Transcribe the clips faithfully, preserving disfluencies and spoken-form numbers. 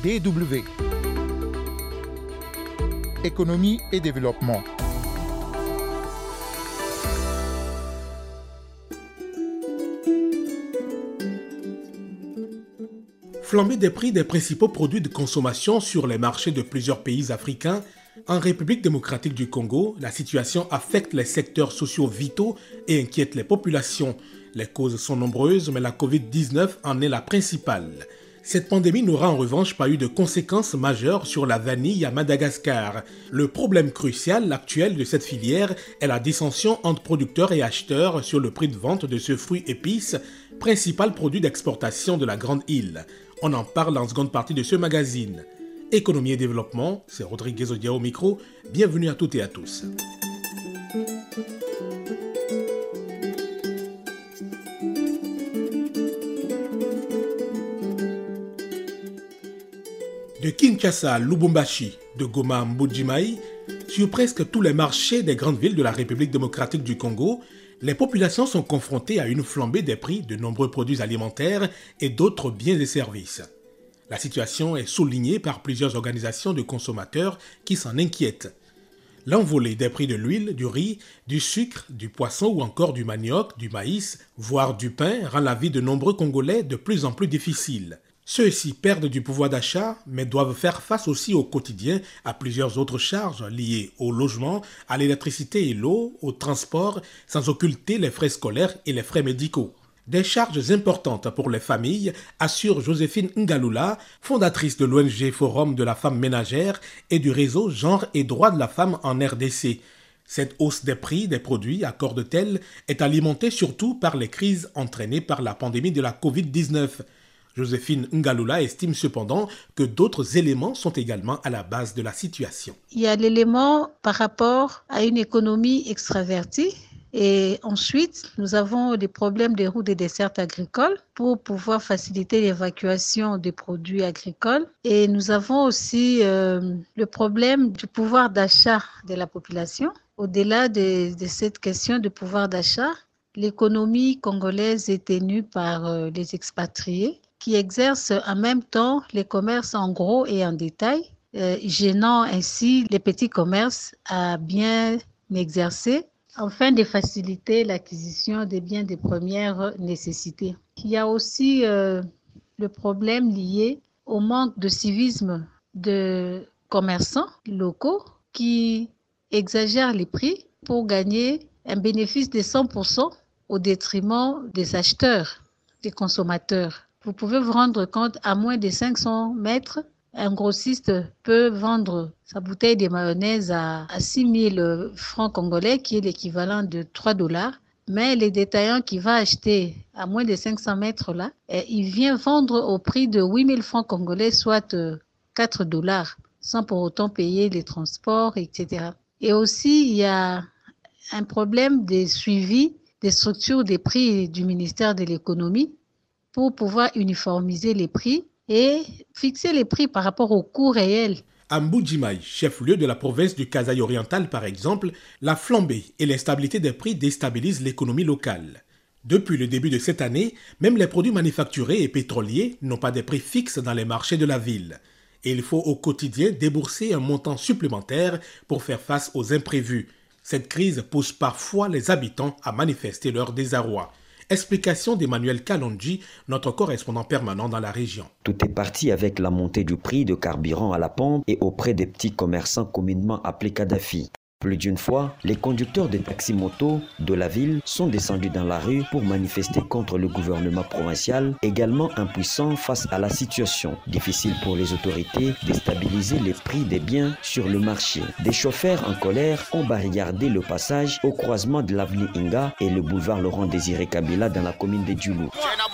D W. Économie et développement. Flambée des prix des principaux produits de consommation sur les marchés de plusieurs pays africains, en République démocratique du Congo, la situation affecte les secteurs sociaux vitaux et inquiète les populations. Les causes sont nombreuses, mais la covid dix-neuf en est la principale. Cette pandémie n'aura en revanche pas eu de conséquences majeures sur la vanille à Madagascar. Le problème crucial actuel de cette filière est la dissension entre producteurs et acheteurs sur le prix de vente de ce fruit épice, principal produit d'exportation de la Grande Île. On en parle en seconde partie de ce magazine. Économie et développement, c'est Rodriguez Odia au micro. Bienvenue à toutes et à tous. De Kinshasa à Lubumbashi, de Goma à Mbuji-Mayi, sur presque tous les marchés des grandes villes de la République démocratique du Congo, les populations sont confrontées à une flambée des prix de nombreux produits alimentaires et d'autres biens et services. La situation est soulignée par plusieurs organisations de consommateurs qui s'en inquiètent. L'envolée des prix de l'huile, du riz, du sucre, du poisson ou encore du manioc, du maïs, voire du pain rend la vie de nombreux Congolais de plus en plus difficile. Ceux-ci perdent du pouvoir d'achat, mais doivent faire face aussi au quotidien à plusieurs autres charges liées au logement, à l'électricité et l'eau, au transport, sans occulter les frais scolaires et les frais médicaux. Des charges importantes pour les familles, assure Joséphine Ngalula, fondatrice de l'O N G Forum de la femme ménagère et du réseau Genre et droits de la femme en R D C. Cette hausse des prix des produits, accorde-t-elle, est alimentée surtout par les crises entraînées par la pandémie de la covid dix-neuf. Joséphine Ngalula estime cependant que d'autres éléments sont également à la base de la situation. Il y a l'élément par rapport à une économie extravertie. Et ensuite, nous avons des problèmes des routes et des dessertes agricoles pour pouvoir faciliter l'évacuation des produits agricoles. Et nous avons aussi euh, le problème du pouvoir d'achat de la population. Au-delà de, de cette question de pouvoir d'achat, l'économie congolaise est tenue par euh, les expatriés qui exercent en même temps les commerces en gros et en détail, euh, gênant ainsi les petits commerces à bien exercer, afin de faciliter l'acquisition des biens de première nécessité. Il y a aussi euh, le problème lié au manque de civisme de commerçants locaux qui exagèrent les prix pour gagner un bénéfice de cent pour cent au détriment des acheteurs, des consommateurs. Vous pouvez vous rendre compte, à moins de cinq cents mètres, un grossiste peut vendre sa bouteille de mayonnaise à, à six mille francs congolais, qui est l'équivalent de trois dollars. Mais les détaillants qui va acheter à moins de cinq cents mètres là, eh, il vient vendre au prix de huit mille francs congolais, soit euh, quatre dollars, sans pour autant payer les transports, et cetera. Et aussi, il y a un problème de suivi des structures des prix du ministère de l'économie pour pouvoir uniformiser les prix et fixer les prix par rapport au coût réel. À Mbuji-Mayi, chef-lieu de la province du Kasaï oriental par exemple, la flambée et l'instabilité des prix déstabilisent l'économie locale. Depuis le début de cette année, même les produits manufacturés et pétroliers n'ont pas de prix fixes dans les marchés de la ville. Et il faut au quotidien débourser un montant supplémentaire pour faire face aux imprévus. Cette crise pousse parfois les habitants à manifester leur désarroi. Explication d'Emmanuel Kalonji, notre correspondant permanent dans la région. Tout est parti avec la montée du prix de carburant à la pompe et auprès des petits commerçants communément appelés Kadhafi. Plus d'une fois, les conducteurs de taxi-moto de la ville sont descendus dans la rue pour manifester contre le gouvernement provincial, également impuissant face à la situation. Difficile pour les autorités de stabiliser les prix des biens sur le marché. Des chauffeurs en colère ont barricadé le passage au croisement de l'avenue Inga et le boulevard Laurent-Désiré Kabila dans la commune de Djoulou.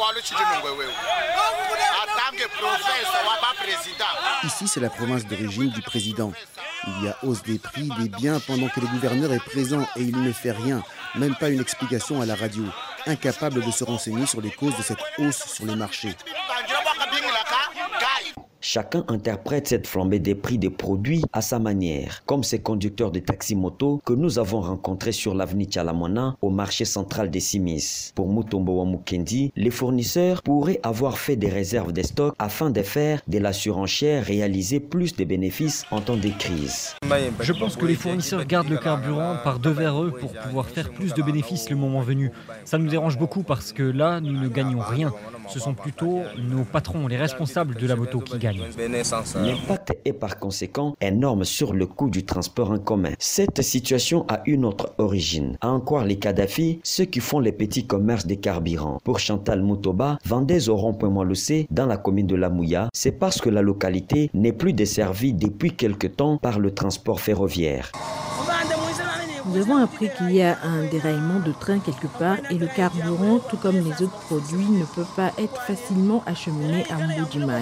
Ici, c'est la province d'origine du président. Il y a hausse des prix des biens pendant que le gouverneur est présent et il ne fait rien, même pas une explication à la radio, incapable de se renseigner sur les causes de cette hausse sur les marchés. Chacun interprète cette flambée des prix des produits à sa manière, comme ces conducteurs de taxi-moto que nous avons rencontrés sur l'avenue Tchalamona au marché central des Simis. Pour Mutombo Wamukendi, les fournisseurs pourraient avoir fait des réserves de stock afin de faire de la surenchère réaliser plus de bénéfices en temps de crise. Je pense que les fournisseurs gardent le carburant par devers eux pour pouvoir faire plus de bénéfices le moment venu. Ça nous dérange beaucoup parce que là, nous ne gagnons rien. Ce sont plutôt nos patrons, les responsables de la moto qui gagnent. L'impact est par conséquent énorme sur le coût du transport en commun. Cette situation a une autre origine. À en croire les Kadhafi, ceux qui font les petits commerces des carburants. Pour Chantal Mutoba, vendeuse au rond-point Moloussé, dans la commune de La Mouya, c'est parce que la localité n'est plus desservie depuis quelque temps par le transport ferroviaire. Nous avons appris qu'il y a un déraillement de train quelque part et le carburant, tout comme les autres produits, ne peut pas être facilement acheminé à Mbujimai.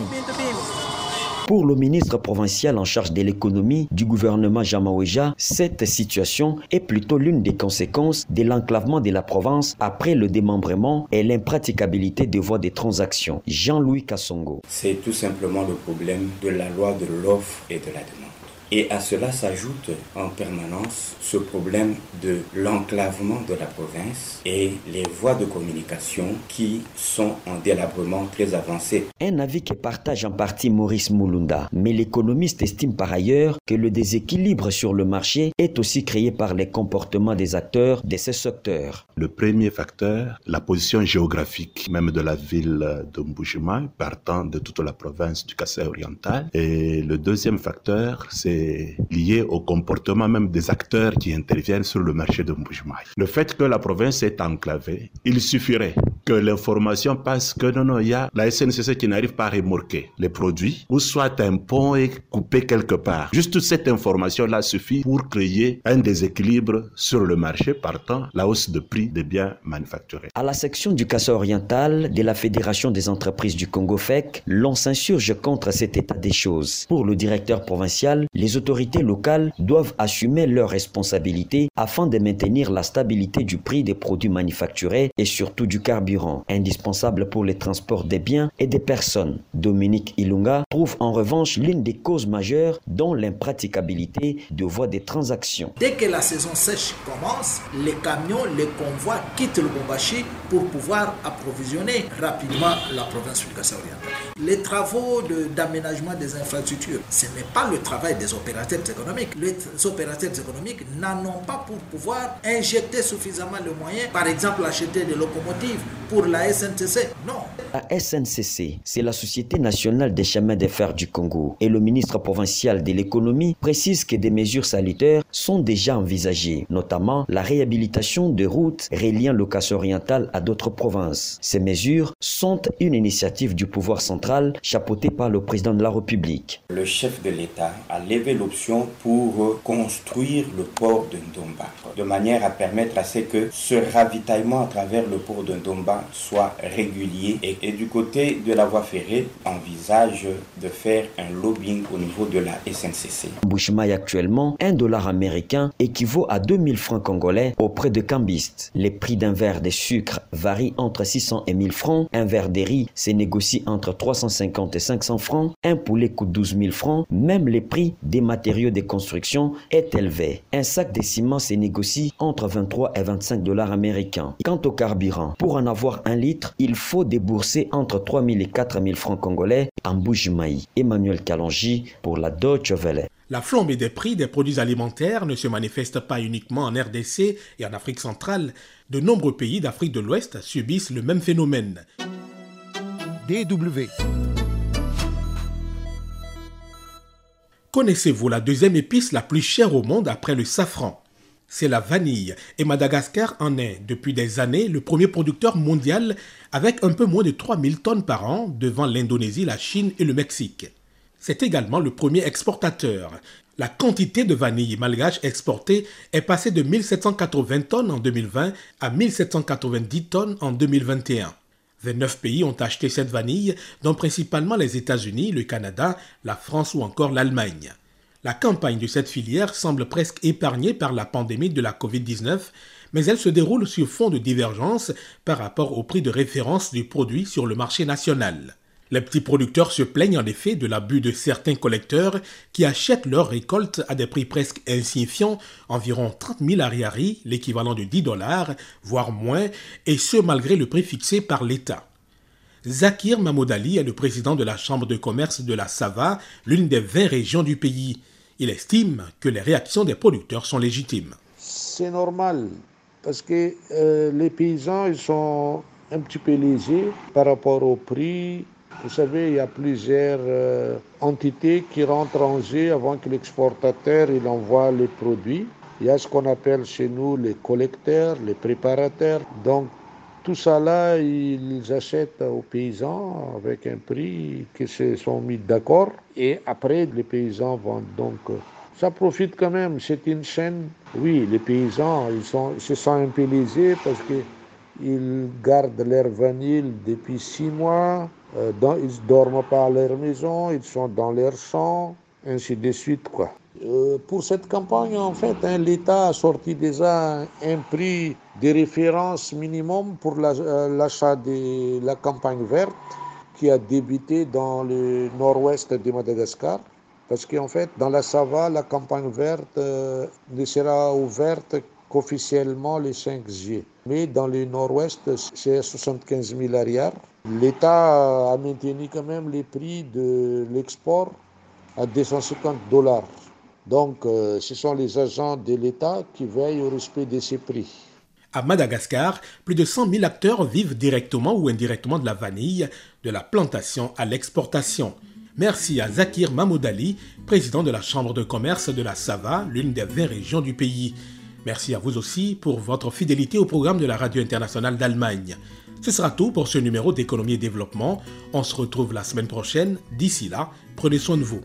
Pour le ministre provincial en charge de l'économie du gouvernement Jamaweja, cette situation est plutôt l'une des conséquences de l'enclavement de la province après le démembrement et l'impraticabilité des voies de transaction. Jean-Louis Kassongo. C'est tout simplement le problème de la loi de l'offre et de la demande. Et à cela s'ajoute en permanence ce problème de l'enclavement de la province et les voies de communication qui sont en délabrement très avancé. Un avis que partage en partie Maurice Mulunda, mais l'économiste estime par ailleurs que le déséquilibre sur le marché est aussi créé par les comportements des acteurs de ces secteurs. Le premier facteur, la position géographique même de la ville de Mbujimai, partant de toute la province du Kasaï oriental. Et le deuxième facteur, c'est lié au comportement même des acteurs qui interviennent sur le marché de Mbujimai. Le fait que la province est enclavée, il suffirait que l'information passe que non, non, il y a la S N C C qui n'arrive pas à remorquer les produits, ou soit un pont est coupé quelque part. Juste cette information-là suffit pour créer un déséquilibre sur le marché, partant la hausse de prix des biens manufacturés. À la section du Kasaï oriental de la Fédération des entreprises du Congo F E C, l'on s'insurge contre cet état des choses. Pour le directeur provincial, les autorités locales doivent assumer leurs responsabilités afin de maintenir la stabilité du prix des produits manufacturés et surtout du carburant, indispensable pour les transports des biens et des personnes. Dominique Ilunga trouve en revanche l'une des causes majeures dont l'impraticabilité de voies de transactions. Dès que la saison sèche commence, les camions, les convois quittent le Lubumbashi pour pouvoir approvisionner rapidement la province du Kasaï oriental. Les travaux de, d'aménagement des infrastructures, ce n'est pas le travail des opérateurs économiques. Les opérateurs économiques n'en ont pas pour pouvoir injecter suffisamment de moyens, par exemple acheter des locomotives pour la S N C C. Non. La S N C C, c'est la Société nationale des chemins de fer du Congo. Et le ministre provincial de l'économie précise que des mesures sanitaires sont déjà envisagées, notamment la réhabilitation de routes reliant le Kasaï oriental à d'autres provinces. Ces mesures sont une initiative du pouvoir central chapeautée par le président de la République. Le chef de l'État a levé l'option pour construire le port de Ndomba, de manière à permettre à ce que ce ravitaillement à travers le port de Ndomba soit régulier. Et, et du côté de la voie ferrée, envisage de faire un lobbying au niveau de la S N C C. Mbujimai actuellement, un dollar américain équivaut à deux mille francs congolais auprès de cambistes. Les prix d'un verre de sucre varient entre six cents et mille francs. Un verre de riz se négocie entre trois cent cinquante et cinq cents francs. Un poulet coûte douze mille francs. Même les prix des matériaux de construction est élevé. Un sac de ciment se négocie entre vingt-trois et vingt-cinq dollars américains. Quant au carburant, pour en avoir un litre, il faut débourser entre trois mille et quatre mille francs congolais en Mbujimai. Emmanuel Kalonji pour la Deutsche Welle. La flambée des prix des produits alimentaires ne se manifeste pas uniquement en R D C et en Afrique centrale. De nombreux pays d'Afrique de l'Ouest subissent le même phénomène. D W. Connaissez-vous la deuxième épice la plus chère au monde après le safran? C'est la vanille, et Madagascar en est, depuis des années, le premier producteur mondial avec un peu moins de trois mille tonnes par an devant l'Indonésie, la Chine et le Mexique. C'est également le premier exportateur. La quantité de vanille malgache exportée est passée de mille sept cent quatre-vingts tonnes en deux mille vingt à mille sept cent quatre-vingt-dix tonnes en deux mille vingt et un. vingt-neuf pays ont acheté cette vanille, dont principalement les États-Unis, le Canada, la France ou encore l'Allemagne. La campagne de cette filière semble presque épargnée par la pandémie de la covid dix-neuf, mais elle se déroule sur fond de divergence par rapport au prix de référence du produit sur le marché national. Les petits producteurs se plaignent en effet de l'abus de certains collecteurs qui achètent leurs récoltes à des prix presque insignifiants, environ trente mille ariary, l'équivalent de dix dollars, voire moins, et ce malgré le prix fixé par l'État. Zakir Mamoudali est le président de la Chambre de commerce de la Sava, l'une des vingt régions du pays. Il estime que les réactions des producteurs sont légitimes. C'est normal, parce que euh, les paysans ils sont un petit peu lésés par rapport au prix. Vous savez, il y a plusieurs euh, entités qui rentrent en jeu avant que l'exportateur il envoie les produits. Il y a ce qu'on appelle chez nous les collecteurs, les préparateurs. Donc, tout ça là, ils achètent aux paysans avec un prix qui se sont mis d'accord. Et après, les paysans vendent. Donc, ça profite quand même. C'est une chaîne. Oui, les paysans, ils, sont, ils se sentent un peu lésés parce qu'ils gardent leur vanille depuis six mois. Euh, dans, ils ne dorment pas à leur maison, ils sont dans leurs champs, ainsi de suite, quoi. Euh, pour cette campagne, en fait, hein, l'État a sorti déjà un prix de référence minimum pour la, euh, l'achat de la campagne verte qui a débuté dans le nord-ouest de Madagascar. Parce qu'en fait, dans la Sava, la campagne verte euh, ne sera ouverte qu'officiellement le cinq juillet. Mais dans le nord-ouest, c'est soixante-quinze mille ariary. L'État a maintenu quand même les prix de l'export à deux cent cinquante dollars. Donc, euh, ce sont les agents de l'État qui veillent au respect de ces prix. À Madagascar, plus de cent mille acteurs vivent directement ou indirectement de la vanille, de la plantation à l'exportation. Merci à Zakir Mamoudali, président de la Chambre de commerce de la Sava, l'une des vingt régions du pays. Merci à vous aussi pour votre fidélité au programme de la Radio Internationale d'Allemagne. Ce sera tout pour ce numéro d'Économie et Développement. On se retrouve la semaine prochaine. D'ici là, prenez soin de vous.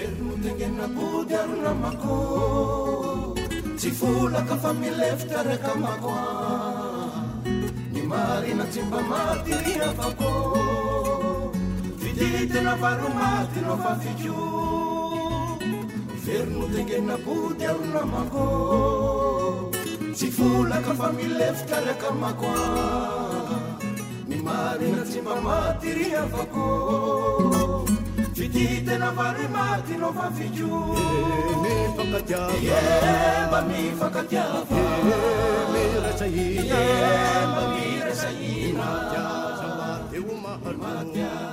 Marina timba matiria vako Fitite na vari mati no fa fichu Mi fakatiava Yemba mi fakatiava Mi resaina Yemba mi resaina Matia Zawate umahanu